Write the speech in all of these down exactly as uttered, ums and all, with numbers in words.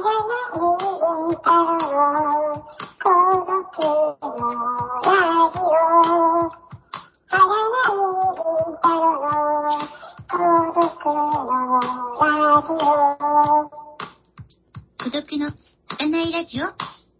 孤独の儚いラジオ。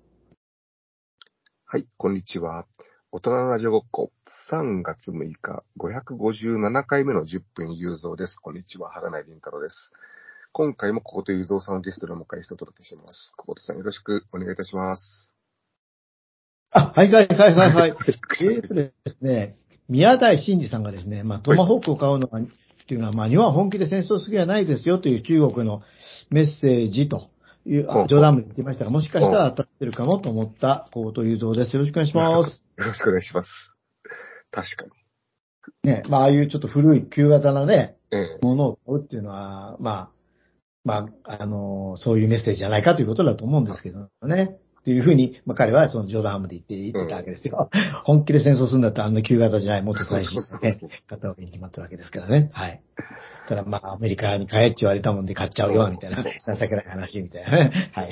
はい、こんにちは。大人のラジオごっこさんがつむいかごひゃくごじゅうななかいめのじゅっぷん有造です。こんにちは、原内凛太郎です。今回も小言有造さんをゲストでお迎えしてお届けします。小言さんよろしくお願いいたします。 あ、はいはいはいはいはい。えーとですね、宮台真司さんがですね、まあ、トマホークを買うのは、っていうのは、まあ、日本は本気で戦争する気はないですよという中国のメッセージという、あ冗談も言ってましたが、もしかしたら当たってるかもと思った小言有造です。よろしくお願いします。 よろしくお願いします。確かに。 ね、まあ、ああいうちょっと古い旧型なね、 ええ、 ものを買うっていうのは、まあ、まあ、あの、そういうメッセージじゃないかということだと思うんですけどね。っていうふうに、まあ、彼はその冗談半分で言って言ってたわけですよ。うん、本気で戦争するんだったらあんな旧型じゃない、もっと最新のね、買った方がいいに決まったわけですからね。はい。ただまあ、アメリカに買えって言われたもんで買っちゃうよ、みたいな。情けない話、みたいなね。はい。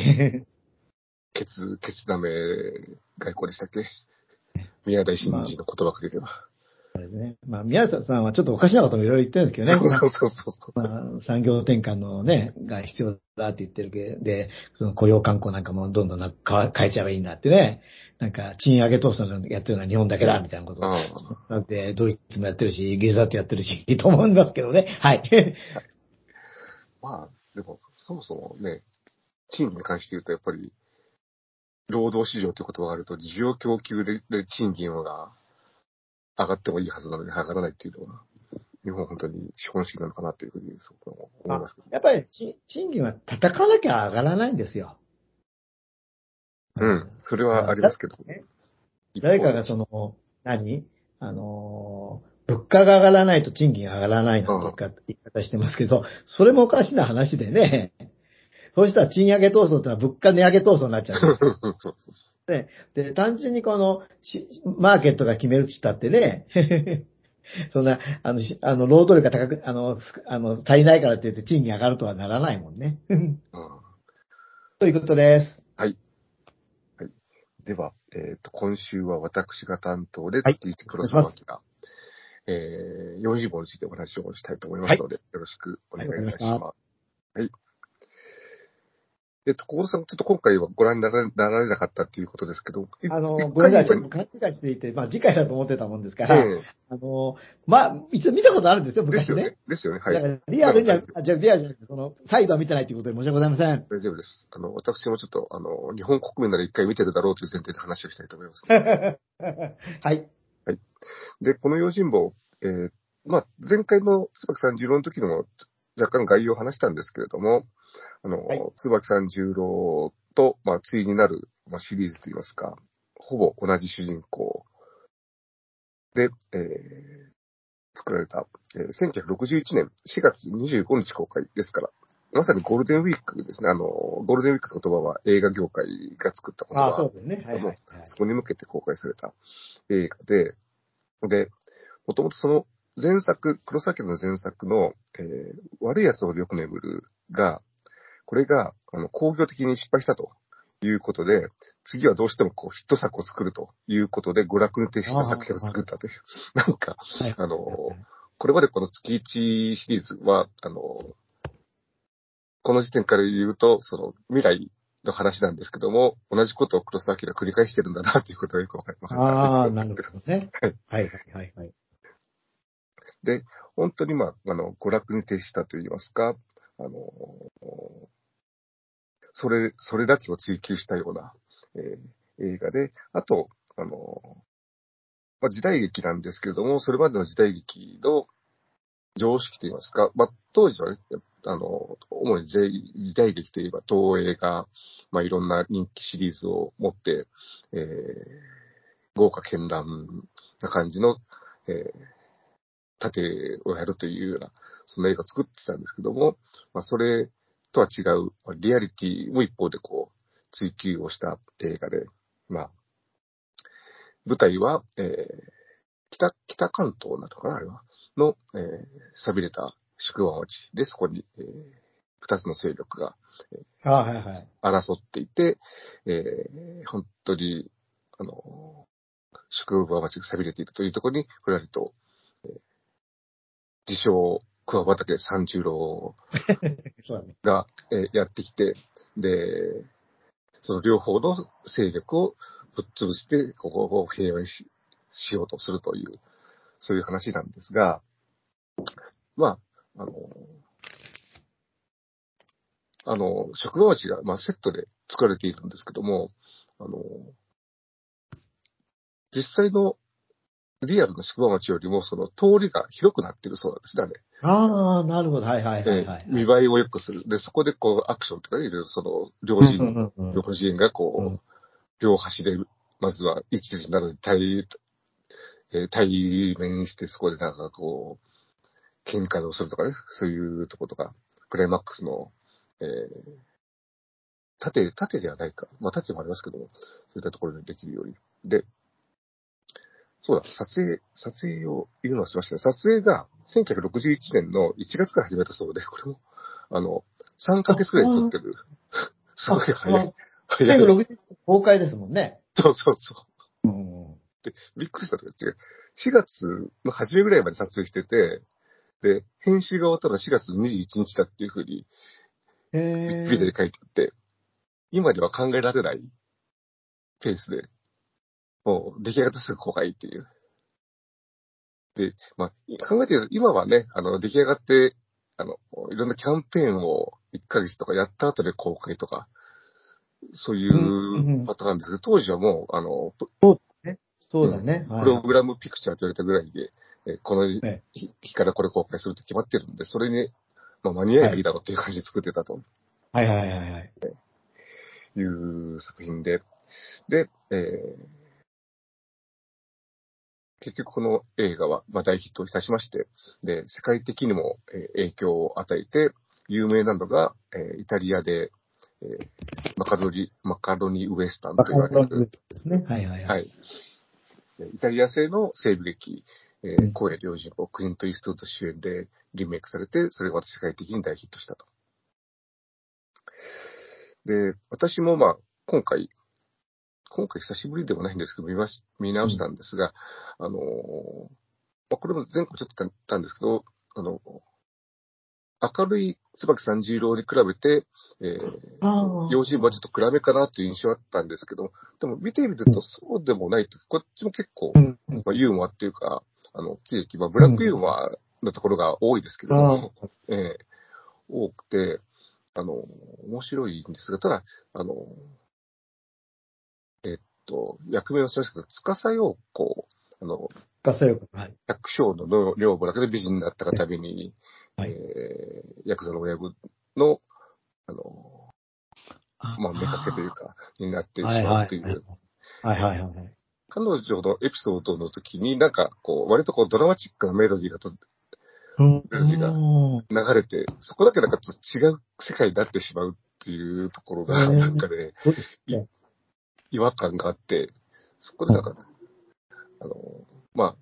ケツ、ケツダメ外交でしたっけ？宮台真司の言葉かければ。 そうですね。まあ、宮下さんはちょっとおかしなこともいろいろ言ってるんですけどね。 そうそうそうそう。 まあ、産業転換のね、が必要だって言ってるけど、で、その雇用慣行なんかもどんどんなんか変えちゃえばいいんだってね。なんか、賃上げ闘争のやってるのは日本だけだ、みたいなことを。だって、ドイツもやってるし、イギリスだってやってるし、と思うんですけどね。はい。はい、 まあ、でも、そもそもね、賃金に関して言うと、やっぱり、労働市場という言葉があると、需要供給で賃金が上がってもいいはずなのに上がらないっていうのは、日本は本当に資本主義なのかなというふうにそう思いますけど。 やっぱり賃金は叩かなきゃ上がらないんですよ。 うん、それはありますけど。 誰かがその、何あの、物価が上がらないと賃金が上がらないなんて言い方言い方してますけど、それもおかしな話でね。そうしたら賃上げ闘争ってのは物価値上げ闘争になっちゃうじゃないですか。そうそうそうでで、単純にこのマーケットが決めるって言ったってね、そんな、あの、あの労働力が高く、あの、あの足りないからって言って賃金上がるとはならないもんね。うん、ということです。 はい。はい。では、えっ、ー、と、今週は私が担当で、月一黒沢明が、えー、よんじゅうごについてお話をしたいと思いますので、はい、よろしくお願いいたします。はい。はい、えっと、小室さん、ちょっと今回はご覧にならなられなかったということですけど、 あの、ごめんなさい、ちょっと勘違いしていて、まあ次回だと思ってたもんですから、えー、あの、まあ、一応見たことあるんですよ、昔ね。 ですよね、ですよね、はい。 だからリアルには、あ、じゃリアルじゃなくて、その、サイドは見てないということで申し訳ございません。 大丈夫です。あの、私もちょっと、あの、日本国民なら一回見てるだろうという前提で話をしたいと思います、ね。 はい。 はい。で、この用心棒、えー、まあ、前回の椿三十郎の時にも若干概要を話したんですけれども、あの、はい、椿三十郎と、まあ、対になる、まあ、シリーズといいますか、ほぼ同じ主人公で、えー、作られた、えー、せんきゅうひゃくろくじゅういちねんしがつにじゅうごにち公開ですから、まさにゴールデンウィークですね。あの、ゴールデンウィークの言葉は映画業界が作った言葉。 あ、そうですね。はいはいはい、 そこに向けて公開された映画で、で、もともとその前作、黒崎の前作の、えー、悪い奴ほどよく眠るが、これが、あの、工業的に失敗したということで、次はどうしてもこうヒット作を作るということで、娯楽に徹した作品を作ったという。なんか、はい、あの、これまでこの月いちシリーズは、あの、この時点から言うと、その未来の話なんですけども、同じことを黒澤明が繰り返してるんだなということがよくわかりました。 ああ、なるほどね。はいはいはいはい。 で、本当にまあ、あの、娯楽に徹したといいますか、あの、それ、それだけを追求したような、えー、映画で、あと、あの、まあ、時代劇なんですけれども、それまでの時代劇の常識といいますか、まあ、当時はね、あの、主に時代劇といえば東映が、まあ、いろんな人気シリーズを持って、えー、豪華絢爛な感じの、えー、盾をやるというような、そんな映画を作ってたんですけども、まあ、それとは違う、リアリティも一方でこう、追求をした映画で、まあ、舞台は、えー、北、北関東なのかな、あれは、の、えー、錆びれた宿場町で、そこに、えー、二つの勢力があはいはい。 争っていて、えー、本当に、あの、宿場町が錆びれているというところに、ふらりと、えー、自称、桑畑三十郎が、えー、やってきて、で、その両方の勢力をぶっ潰して、ここを平和に し, しようとするという、そういう話なんですが、まあ、あの、あの、宿場町が、まあ、セットで作られているんですけども、あの、実際のリアルの宿場町よりも、その通りが広くなっているそうなんですね、あれ。 ああ、なるほど。はいはいはいはい、はい。 えー、見栄えを良くする。で、そこでこう、アクションとかいろいろその、両人、両人がこう、両端で、まずは一時などで対、えー、対面して、そこでなんかこう、喧嘩をするとかね、そういうとことか、クライマックスの、えー、縦、縦ではないか。まあ、縦もありますけども、そういったところでできるように。で、そうだ、撮影、撮影を言うのはしましたね。撮影がせんきゅうひゃくろくじゅういちねんのいちがつから始めたそうで、これも、あの、さんかげつくらいで撮ってる。すごい早い。早い。 せんきゅうひゃくろくじゅう公開ですもんね。 そうそうそう。 うん、 で、びっくりしたとか違う。しがつの初めぐらいまで撮影してて、で、編集が終わったのはしがつのにじゅういちにちだっていうふうに、ウィキペディアで書いてあって、今では考えられないペースで、もう出来上がってすぐ公開っていう。で、まあ、考えてみると、今はね、あの、出来上がって、あの、いろんなキャンペーンをいっかげつとかやった後で公開とか、そういうパターンですけど、当時はもう、あの、 ね、そうだね、 うん、プログラムピクチャーと言われたぐらいで、えこの日からこれ公開すると決まってるんで、それに、まあ、間に合えばいいだろうっていう感じで作ってたと。 はいはいはいはい。 いう作品で。で、えー、結局この映画は、まあ、大ヒットいたしまして、で、世界的にも、えー、影響を与えて、有名なのが、えー、イタリアで、えー、マカロニ、マカロニウエスタンと言われる、 ですね。はいはいはい。 はい。イタリア製の西部劇、えー、荒野良人をクリント・イーストウッド主演でリメイクされて、それが世界的に大ヒットしたと。で、私もまあ、今回、今回久しぶりでもないんですけど、見まし、見直したんですが、うん、あのー、まあ、これも前回ちょっと言ったんですけど、あの、明るい椿三十郎に比べて、えー、用心はちょっと暗めかなという印象あったんですけど、でも見てみるとそうでもないと、こっちも結構、まあ、ユーモアっていうか、あの、喜劇、まあ、ブラックユーモアのところが多いですけれども、えー、多くて、あの、面白いんですが、ただ、あの、えっと、役名をしましたけど、司陽子、あの、 司陽子、はい。 百姓の女房だけで美人になったがために、はい、えー、ヤクザの親分の、あの、まあ、目かけというか、になってしまうという。 はいはいはい。 彼女のエピソードの時に、なんか、こう、割とこう、ドラマチックなメロディーがと、メロディーが流れて、そこだけなんかちょっと違う世界になってしまうっていうところが、なんかね、違和感があって、そこでなんか、あの、まあ、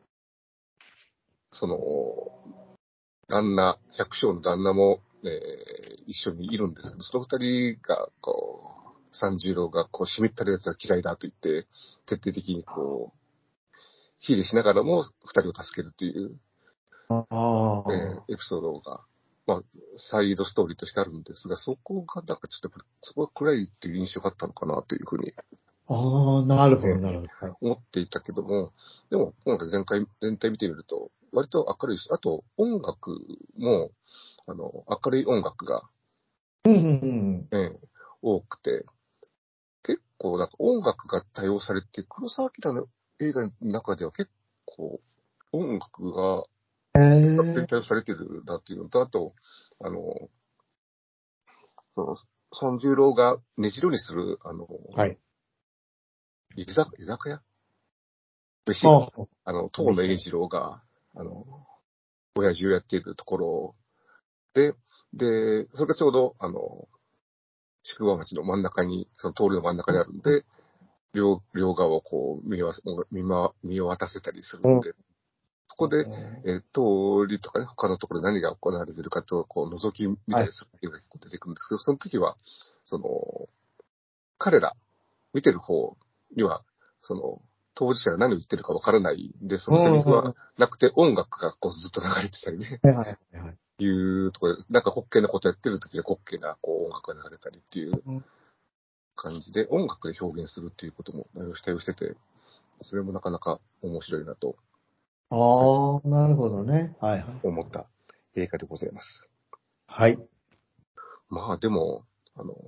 その、旦那、百姓の旦那も、えー、一緒にいるんですけど、その二人が、こう、三十郎が、こう、しみったるやつは嫌いだと言って、徹底的にこう、非礼しながらも二人を助けるという、 あえー、エピソードが、まあ、サイドストーリーとしてあるんですが、そこが、なんかちょっと、そこが暗いっていう印象があったのかなというふうに。 ああ、なるほど、なるほど。はい、 思っていたけども、でも、今回全体、全体見てみると、割と明るいし、あと、音楽も、あの、明るい音楽が、 うんうんうんえー、多くて、結構なんか音楽が多用されて、黒澤明の映画の中では結構音楽が多用されてるなっていうのと、あと、あの、その、孫十郎が根城にする、あの、 はい。 居酒居酒屋飯が、あの、東野栄二郎が、あの、親父をやっているところで、で、それがちょうど、あの、宿場町の真ん中に、その通りの真ん中にあるんで、両、両側をこう見わ見ま、見渡せたりするんで、 そこで、えー、通りとかね、他のところで何が行われているかと、こう、覗き見たりするっていうのが結構出てくるんですけど、はい、その時は、その、彼ら、見てる方には、その、当事者が何を言ってるかわからないんで、そのセリフはなくて音楽がこうずっと流れてたりね。 はいはいはい。 いうところで、なんか滑稽なことやってる時で滑稽なこう音楽が流れたりっていう感じで、音楽で表現するっていうことも対応してて、それもなかなか面白いなと。 ああ、なるほどね。はいはい。 思った映画でございます。 はい。 まあでも、あの、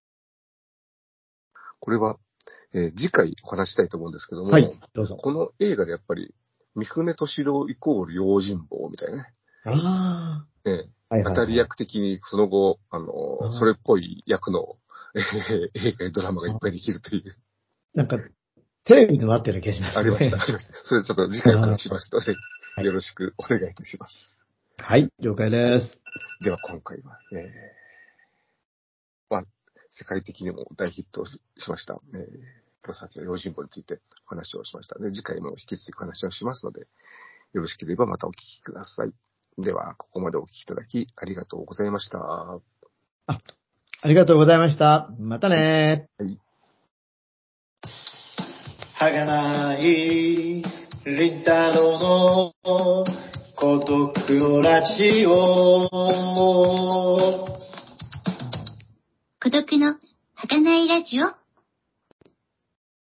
これは、えー次回お話したいと思うんですけども、 はい、どうぞ。 この映画でやっぱり、三船敏郎イコール用心棒みたいなね。 ああ。 えーはいはいはい。 当たり役的にその後、あの、それっぽい役の、えー映画やドラマがいっぱいできるという。 なんか、テレビでもあったような気がしますね。 ありました、ありました。それちょっと次回お話ししますので、 はい、 よろしくお願いいたします。 はい、了解です。 では今回は、えーまあ、世界的にも大ヒットしました、えー、黒崎の用心棒についてお話をしました。で、次回も引き続きお話をしますので、よろしければまたお聞きください。では、ここまでお聞きいただきありがとうございました。はあ、ありがとうございました。またねー。 い。 儚いリンタロウの孤独のラジオ。 孤独の儚いラジオ。